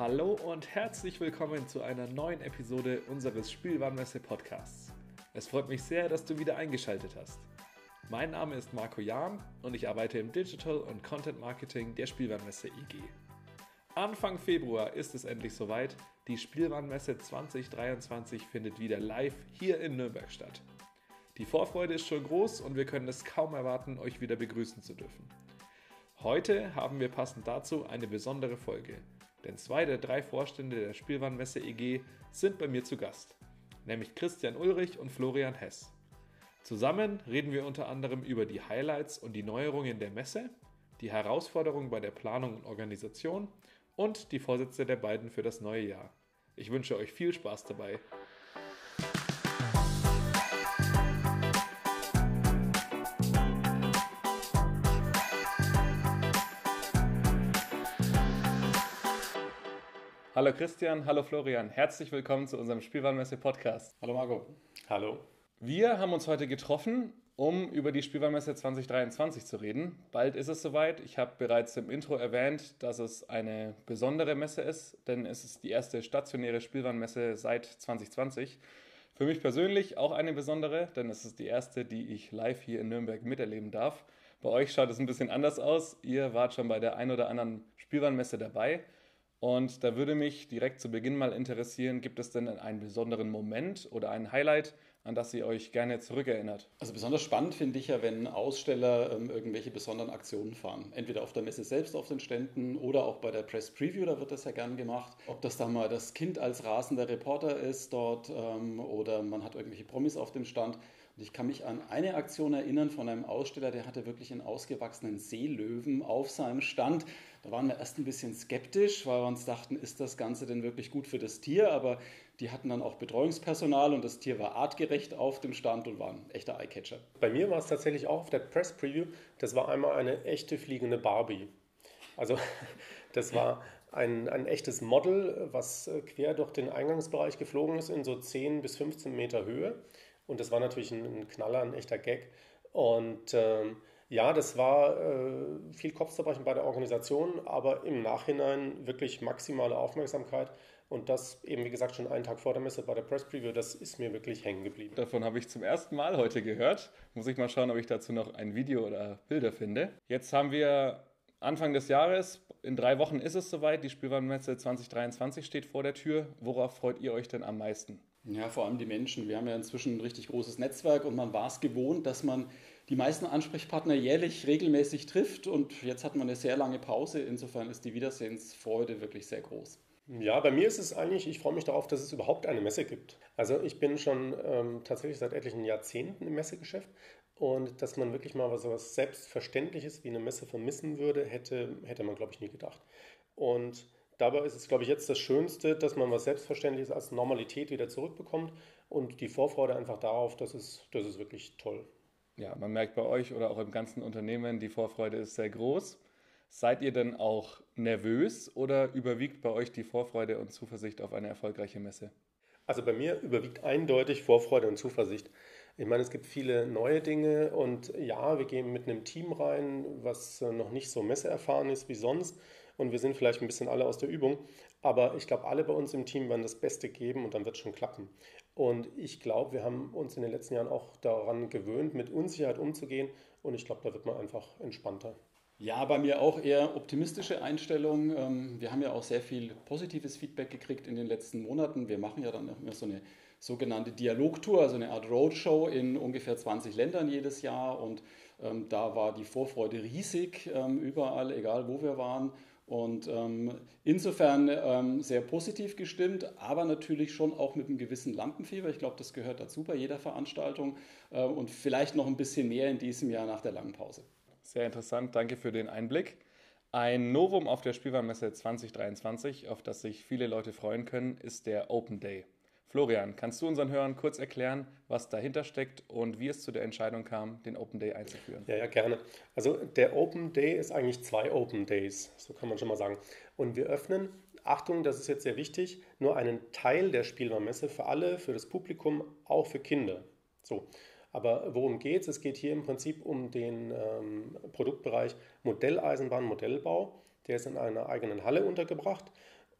Hallo und herzlich willkommen zu einer neuen Episode unseres Spielwarenmesse-Podcasts. Es freut mich sehr, dass du wieder eingeschaltet hast. Mein Name ist Marco Jahn und ich arbeite im Digital- und Content Marketing der Spielwarenmesse EG. Anfang Februar ist es endlich soweit. Die Spielwarenmesse 2023 findet wieder live hier in Nürnberg statt. Die Vorfreude ist schon groß und wir können es kaum erwarten, euch wieder begrüßen zu dürfen. Heute haben wir passend dazu eine besondere Folge, denn 2 der 3 Vorstände der Spielwarenmesse EG sind bei mir zu Gast, nämlich Christian Ulrich und Florian Hess. Zusammen reden wir unter anderem über die Highlights und die Neuerungen der Messe, die Herausforderungen bei der Planung und Organisation und die Vorsätze der beiden für das neue Jahr. Ich wünsche euch viel Spaß dabei. Hallo Christian, hallo Florian, herzlich willkommen zu unserem Spielwarenmesse-Podcast. Hallo Marco. Hallo. Wir haben uns heute getroffen, um über die Spielwarenmesse 2023 zu reden. Bald ist es soweit. Ich habe bereits im Intro erwähnt, dass es eine besondere Messe ist, denn es ist die erste stationäre Spielwarenmesse seit 2020. Für mich persönlich auch eine besondere, denn es ist die erste, die ich live hier in Nürnberg miterleben darf. Bei euch schaut es ein bisschen anders aus. Ihr wart schon bei der ein oder anderen Spielwarenmesse dabei. Und da würde mich direkt zu Beginn mal interessieren, gibt es denn einen besonderen Moment oder ein Highlight, an das ihr euch gerne zurückerinnert? Also besonders spannend finde ich ja, wenn Aussteller irgendwelche besonderen Aktionen fahren. Entweder auf der Messe selbst auf den Ständen oder auch bei der Press Preview, da wird das ja gern gemacht. Ob das dann mal das Kind als rasender Reporter ist dort oder man hat irgendwelche Promis auf dem Stand. Und ich kann mich an eine Aktion erinnern von einem Aussteller, der hatte wirklich einen ausgewachsenen Seelöwen auf seinem Stand. Da waren wir erst ein bisschen skeptisch, weil wir uns dachten, ist das Ganze denn wirklich gut für das Tier? Aber die hatten dann auch Betreuungspersonal und das Tier war artgerecht auf dem Stand und war ein echter Eyecatcher. Bei mir war es tatsächlich auch auf der Press Preview, das war einmal eine echte fliegende Barbie. Also das war ein echtes Model, was quer durch den Eingangsbereich geflogen ist in so 10 bis 15 Meter Höhe. Und das war natürlich ein Knaller, ein echter Gag. Und ja, das war viel Kopfzerbrechen bei der Organisation, aber im Nachhinein wirklich maximale Aufmerksamkeit. Und das eben, wie gesagt, schon einen Tag vor der Messe bei der Press Preview, das ist mir wirklich hängen geblieben. Davon habe ich zum ersten Mal heute gehört. Muss ich mal schauen, ob ich dazu noch ein Video oder Bilder finde. Jetzt haben wir Anfang des Jahres, in 3 Wochen ist es soweit, die Spielwarenmesse 2023 steht vor der Tür. Worauf freut ihr euch denn am meisten? Ja, vor allem die Menschen. Wir haben ja inzwischen ein richtig großes Netzwerk und man war es gewohnt, dass man die meisten Ansprechpartner jährlich regelmäßig trifft. Und jetzt hat man eine sehr lange Pause. Insofern ist die Wiedersehensfreude wirklich sehr groß. Ja, bei mir ist es eigentlich, ich freue mich darauf, dass es überhaupt eine Messe gibt. Also ich bin schon tatsächlich seit etlichen Jahrzehnten im Messegeschäft und dass man wirklich mal was Selbstverständliches wie eine Messe vermissen würde, hätte man, glaube ich, nie gedacht. Und dabei ist es, glaube ich, jetzt das Schönste, dass man was Selbstverständliches als Normalität wieder zurückbekommt und die Vorfreude einfach darauf, das ist wirklich toll. Ja, man merkt bei euch oder auch im ganzen Unternehmen, die Vorfreude ist sehr groß. Seid ihr denn auch nervös oder überwiegt bei euch die Vorfreude und Zuversicht auf eine erfolgreiche Messe? Also bei mir überwiegt eindeutig Vorfreude und Zuversicht. Ich meine, es gibt viele neue Dinge und ja, wir gehen mit einem Team rein, was noch nicht so messeerfahren ist wie sonst und wir sind vielleicht ein bisschen alle aus der Übung, aber ich glaube, alle bei uns im Team werden das Beste geben und dann wird es schon klappen. Und ich glaube, wir haben uns in den letzten Jahren auch daran gewöhnt, mit Unsicherheit umzugehen und ich glaube, da wird man einfach entspannter. Ja, bei mir auch eher optimistische Einstellung. Wir haben ja auch sehr viel positives Feedback gekriegt in den letzten Monaten. Wir machen ja dann immer so eine sogenannte Dialogtour, also eine Art Roadshow in ungefähr 20 Ländern jedes Jahr. Und da war die Vorfreude riesig, überall, egal wo wir waren. Und insofern sehr positiv gestimmt, aber natürlich schon auch mit einem gewissen Lampenfieber. Ich glaube, das gehört dazu bei jeder Veranstaltung und vielleicht noch ein bisschen mehr in diesem Jahr nach der langen Pause. Sehr interessant, danke für den Einblick. Ein Novum auf der Spielwarenmesse 2023, auf das sich viele Leute freuen können, ist der Open Day. Florian, kannst du unseren Hörern kurz erklären, was dahinter steckt und wie es zu der Entscheidung kam, den Open Day einzuführen? Ja, gerne. Also der Open Day ist eigentlich 2 Open Days, so kann man schon mal sagen. Und wir öffnen, Achtung, das ist jetzt sehr wichtig, nur einen Teil der Spielwarenmesse für alle, für das Publikum, auch für Kinder. So. Aber worum geht es? Es geht hier im Prinzip um den Produktbereich Modelleisenbahn, Modellbau. Der ist in einer eigenen Halle untergebracht.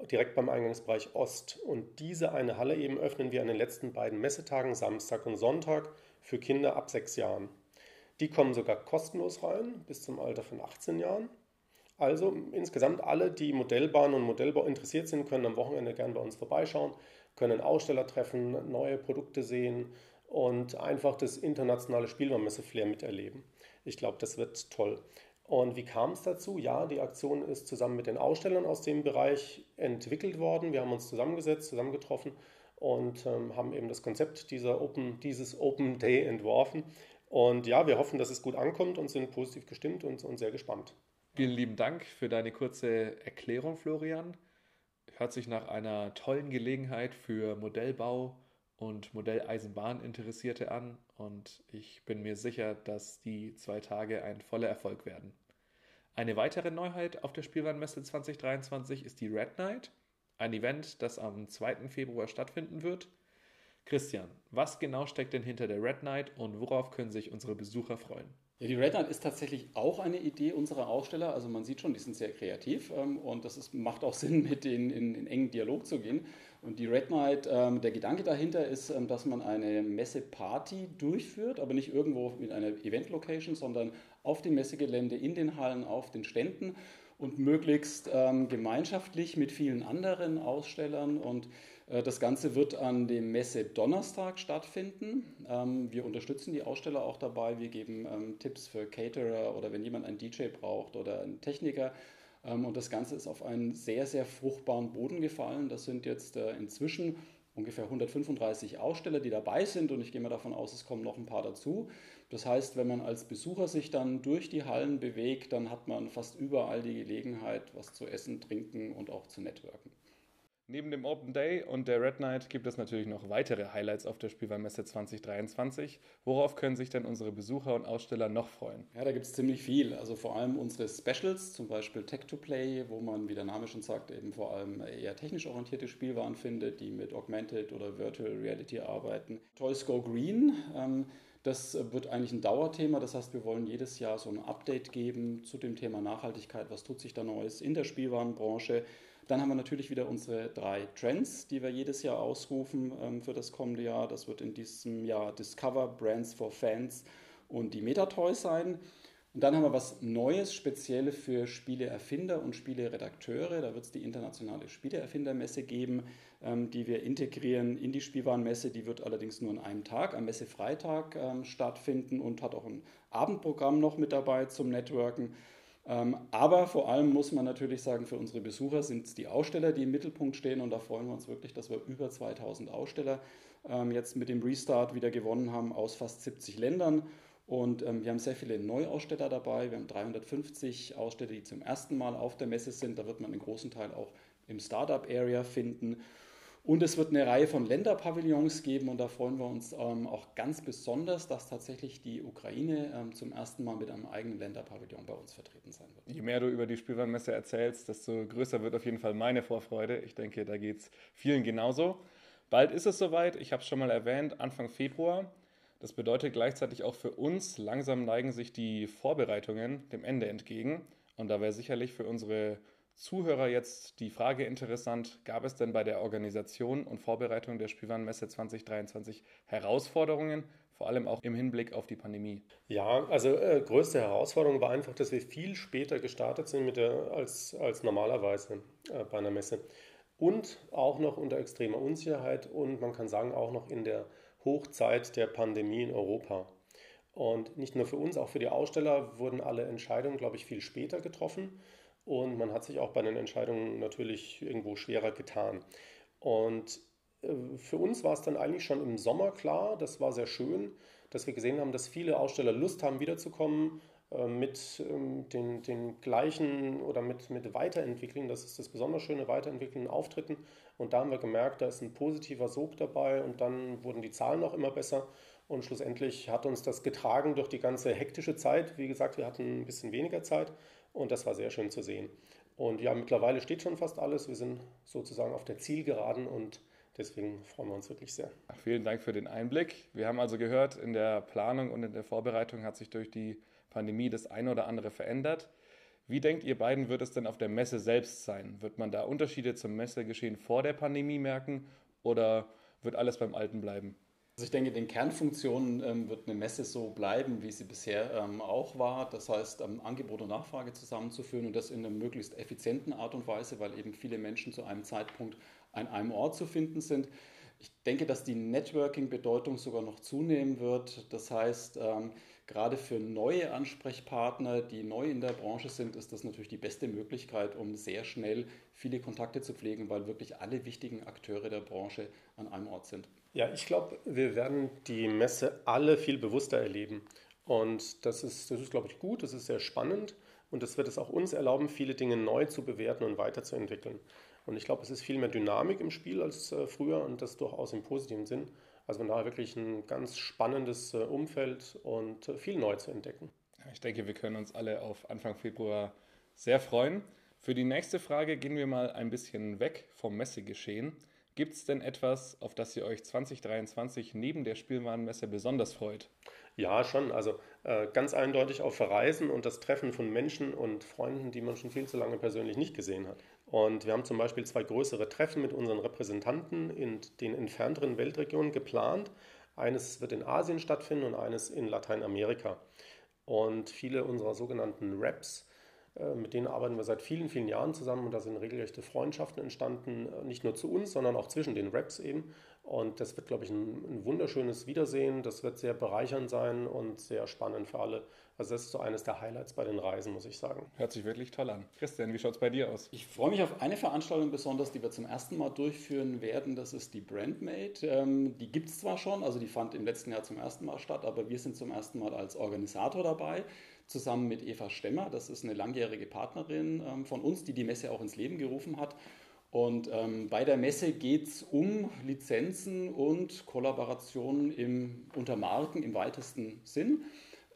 direkt beim Eingangsbereich Ost. Und diese eine Halle eben öffnen wir an den letzten beiden Messetagen, Samstag und Sonntag, für Kinder ab 6 Jahren. Die kommen sogar kostenlos rein, bis zum Alter von 18 Jahren. Also insgesamt alle, die Modellbahn und Modellbau interessiert sind, können am Wochenende gerne bei uns vorbeischauen, können Aussteller treffen, neue Produkte sehen und einfach das internationale Spielwarenmesse-Flair miterleben. Ich glaube, das wird toll. Und wie kam es dazu? Ja, die Aktion ist zusammen mit den Ausstellern aus dem Bereich entwickelt worden. Wir haben uns zusammengesetzt, zusammengetroffen und haben eben das Konzept dieses Open Day entworfen. Und ja, wir hoffen, dass es gut ankommt und sind positiv gestimmt und sehr gespannt. Vielen lieben Dank für deine kurze Erklärung, Florian. Hört sich nach einer tollen Gelegenheit für Modellbau und Modelleisenbahn-Interessierte an und ich bin mir sicher, dass die 2 Tage ein voller Erfolg werden. Eine weitere Neuheit auf der Spielwarenmesse 2023 ist die Red Night, ein Event, das am 2. Februar stattfinden wird. Christian, was genau steckt denn hinter der Red Night und worauf können sich unsere Besucher freuen? Ja, die Red Night ist tatsächlich auch eine Idee unserer Aussteller. Also man sieht schon, die sind sehr kreativ und macht auch Sinn, mit denen in engen Dialog zu gehen. Und die Red Night, der Gedanke dahinter ist, dass man eine Messeparty durchführt, aber nicht irgendwo mit einer Event-Location, sondern auf dem Messegelände, in den Hallen, auf den Ständen und möglichst gemeinschaftlich mit vielen anderen Ausstellern. Und das Ganze wird an dem Messe-Donnerstag stattfinden. Wir unterstützen die Aussteller auch dabei. Wir geben Tipps für Caterer oder wenn jemand einen DJ braucht oder einen Techniker. Und das Ganze ist auf einen sehr, sehr fruchtbaren Boden gefallen. Das sind jetzt inzwischen ungefähr 135 Aussteller, die dabei sind. Und ich gehe mal davon aus, es kommen noch ein paar dazu. Das heißt, wenn man als Besucher sich dann durch die Hallen bewegt, dann hat man fast überall die Gelegenheit, was zu essen, trinken und auch zu networken. Neben dem Open Day und der Red Night gibt es natürlich noch weitere Highlights auf der Spielwarenmesse 2023. Worauf können sich denn unsere Besucher und Aussteller noch freuen? Ja, da gibt es ziemlich viel. Also vor allem unsere Specials, zum Beispiel Tech-to-Play, wo man, wie der Name schon sagt, eben vor allem eher technisch orientierte Spielwaren findet, die mit Augmented oder Virtual Reality arbeiten. Toys Go Green, das wird eigentlich ein Dauerthema. Das heißt, wir wollen jedes Jahr so ein Update geben zu dem Thema Nachhaltigkeit. Was tut sich da Neues in der Spielwarenbranche? Dann haben wir natürlich wieder unsere 3 Trends, die wir jedes Jahr ausrufen für das kommende Jahr. Das wird in diesem Jahr Discover, Brands for Fans und die Metatoys sein. Und dann haben wir was Neues, speziell für Spieleerfinder und Spieleredakteure. Da wird es die internationale Spieleerfindermesse geben, die wir integrieren in die Spielwarenmesse. Die wird allerdings nur an einem Tag, am Messefreitag stattfinden und hat auch ein Abendprogramm noch mit dabei zum Networken. Aber vor allem muss man natürlich sagen, für unsere Besucher sind es die Aussteller, die im Mittelpunkt stehen und da freuen wir uns wirklich, dass wir über 2000 Aussteller jetzt mit dem Restart wieder gewonnen haben aus fast 70 Ländern und wir haben sehr viele Neuaussteller dabei, wir haben 350 Aussteller, die zum ersten Mal auf der Messe sind, da wird man einen großen Teil auch im Startup-Area finden. Und es wird eine Reihe von Länderpavillons geben und da freuen wir uns auch ganz besonders, dass tatsächlich die Ukraine zum ersten Mal mit einem eigenen Länderpavillon bei uns vertreten sein wird. Je mehr du über die Spielwarenmesse erzählst, desto größer wird auf jeden Fall meine Vorfreude. Ich denke, da geht es vielen genauso. Bald ist es soweit, ich habe es schon mal erwähnt, Anfang Februar. Das bedeutet gleichzeitig auch für uns, langsam neigen sich die Vorbereitungen dem Ende entgegen. Und da wäre sicherlich für unsere Zuhörer jetzt die Frage interessant, gab es denn bei der Organisation und Vorbereitung der Spielwarenmesse 2023 Herausforderungen, vor allem auch im Hinblick auf die Pandemie? Ja, also größte Herausforderung war einfach, dass wir viel später gestartet sind als normalerweise bei einer Messe. Und auch noch unter extremer Unsicherheit und man kann sagen auch noch in der Hochzeit der Pandemie in Europa. Und nicht nur für uns, auch für die Aussteller wurden alle Entscheidungen, glaube ich, viel später getroffen. Und man hat sich auch bei den Entscheidungen natürlich irgendwo schwerer getan. Und für uns war es dann eigentlich schon im Sommer klar, das war sehr schön, dass wir gesehen haben, dass viele Aussteller Lust haben, wiederzukommen mit den gleichen oder mit Weiterentwicklung, das ist das besonders schöne, Weiterentwicklung in Auftritten. Und da haben wir gemerkt, da ist ein positiver Sog dabei und dann wurden die Zahlen auch immer besser. Und schlussendlich hat uns das getragen durch die ganze hektische Zeit. Wie gesagt, wir hatten ein bisschen weniger Zeit. Und das war sehr schön zu sehen. Und ja, mittlerweile steht schon fast alles. Wir sind sozusagen auf der Zielgeraden und deswegen freuen wir uns wirklich sehr. Vielen Dank für den Einblick. Wir haben also gehört, in der Planung und in der Vorbereitung hat sich durch die Pandemie das eine oder andere verändert. Wie denkt ihr beiden, wird es denn auf der Messe selbst sein? Wird man da Unterschiede zum Messegeschehen vor der Pandemie merken oder wird alles beim Alten bleiben? Also ich denke, den Kernfunktionen wird eine Messe so bleiben, wie sie bisher auch war. Das heißt, Angebot und Nachfrage zusammenzuführen und das in einer möglichst effizienten Art und Weise, weil eben viele Menschen zu einem Zeitpunkt an einem Ort zu finden sind. Ich denke, dass die Networking-Bedeutung sogar noch zunehmen wird. Das heißt, gerade für neue Ansprechpartner, die neu in der Branche sind, ist das natürlich die beste Möglichkeit, um sehr schnell viele Kontakte zu pflegen, weil wirklich alle wichtigen Akteure der Branche an einem Ort sind. Ja, ich glaube, wir werden die Messe alle viel bewusster erleben. Und das ist, glaube ich, gut, das ist sehr spannend und das wird es auch uns erlauben, viele Dinge neu zu bewerten und weiterzuentwickeln. Und ich glaube, es ist viel mehr Dynamik im Spiel als früher und das durchaus im positiven Sinn. Also von daher wirklich ein ganz spannendes Umfeld und viel neu zu entdecken. Ich denke, wir können uns alle auf Anfang Februar sehr freuen. Für die nächste Frage gehen wir mal ein bisschen weg vom Messegeschehen. Gibt es denn etwas, auf das ihr euch 2023 neben der Spielwarenmesse besonders freut? Ja, schon. Also ganz eindeutig auf Verreisen und das Treffen von Menschen und Freunden, die man schon viel zu lange persönlich nicht gesehen hat. Und wir haben zum Beispiel 2 größere Treffen mit unseren Repräsentanten in den entfernteren Weltregionen geplant. Eines wird in Asien stattfinden und eines in Lateinamerika. Und viele unserer sogenannten Reps, mit denen arbeiten wir seit vielen, vielen Jahren zusammen und da sind regelrechte Freundschaften entstanden, nicht nur zu uns, sondern auch zwischen den Reps eben. Und das wird, glaube ich, ein wunderschönes Wiedersehen. Das wird sehr bereichernd sein und sehr spannend für alle. Also das ist so eines der Highlights bei den Reisen, muss ich sagen. Hört sich wirklich toll an. Christian, wie schaut es bei dir aus? Ich freue mich auf eine Veranstaltung besonders, die wir zum ersten Mal durchführen werden. Das ist die Brandmate. Die gibt es zwar schon, also die fand im letzten Jahr zum ersten Mal statt, aber wir sind zum ersten Mal als Organisator dabei, zusammen mit Eva Stemmer. Das ist eine langjährige Partnerin von uns, die Messe auch ins Leben gerufen hat. Und bei der Messe geht es um Lizenzen und Kollaborationen unter Marken im weitesten Sinn.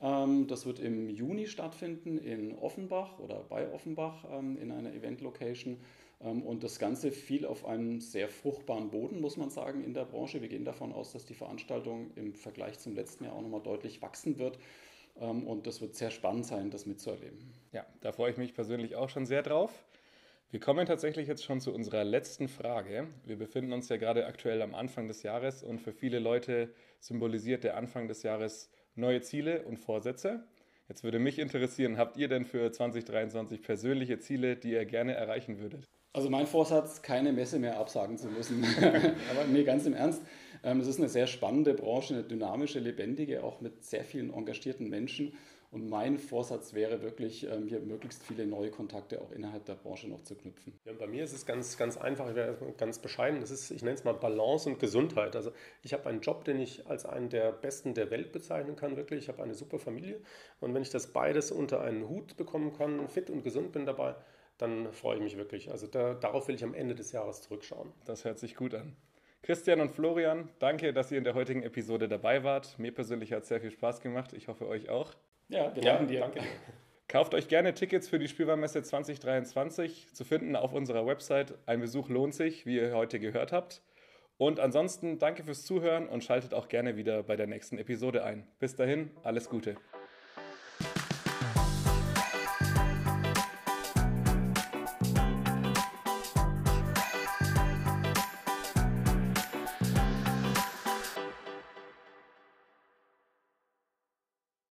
Das wird im Juni stattfinden in Offenbach oder bei Offenbach in einer Event-Location. Und das Ganze fiel auf einem sehr fruchtbaren Boden, muss man sagen, in der Branche. Wir gehen davon aus, dass die Veranstaltung im Vergleich zum letzten Jahr auch nochmal deutlich wachsen wird. Und das wird sehr spannend sein, das mitzuerleben. Ja, da freue ich mich persönlich auch schon sehr drauf. Wir kommen tatsächlich jetzt schon zu unserer letzten Frage. Wir befinden uns ja gerade aktuell am Anfang des Jahres und für viele Leute symbolisiert der Anfang des Jahres neue Ziele und Vorsätze. Jetzt würde mich interessieren, habt ihr denn für 2023 persönliche Ziele, die ihr gerne erreichen würdet? Also mein Vorsatz, keine Messe mehr absagen zu müssen. Aber nee, ganz im Ernst. Es ist eine sehr spannende Branche, eine dynamische, lebendige, auch mit sehr vielen engagierten Menschen. Und mein Vorsatz wäre wirklich, hier möglichst viele neue Kontakte auch innerhalb der Branche noch zu knüpfen. Ja, bei mir ist es ganz, ganz einfach, ich werde erstmal ganz bescheiden. Das ist, ich nenne es mal Balance und Gesundheit. Also ich habe einen Job, den ich als einen der besten der Welt bezeichnen kann, wirklich. Ich habe eine super Familie und wenn ich das beides unter einen Hut bekommen kann, fit und gesund bin dabei, dann freue ich mich wirklich. Also darauf will ich am Ende des Jahres zurückschauen. Das hört sich gut an. Christian und Florian, danke, dass ihr in der heutigen Episode dabei wart. Mir persönlich hat es sehr viel Spaß gemacht. Ich hoffe, euch auch. Ja, wir danken dir. Danke. Kauft euch gerne Tickets für die Spielwarenmesse 2023, zu finden auf unserer Website. Ein Besuch lohnt sich, wie ihr heute gehört habt. Und ansonsten danke fürs Zuhören und schaltet auch gerne wieder bei der nächsten Episode ein. Bis dahin, alles Gute.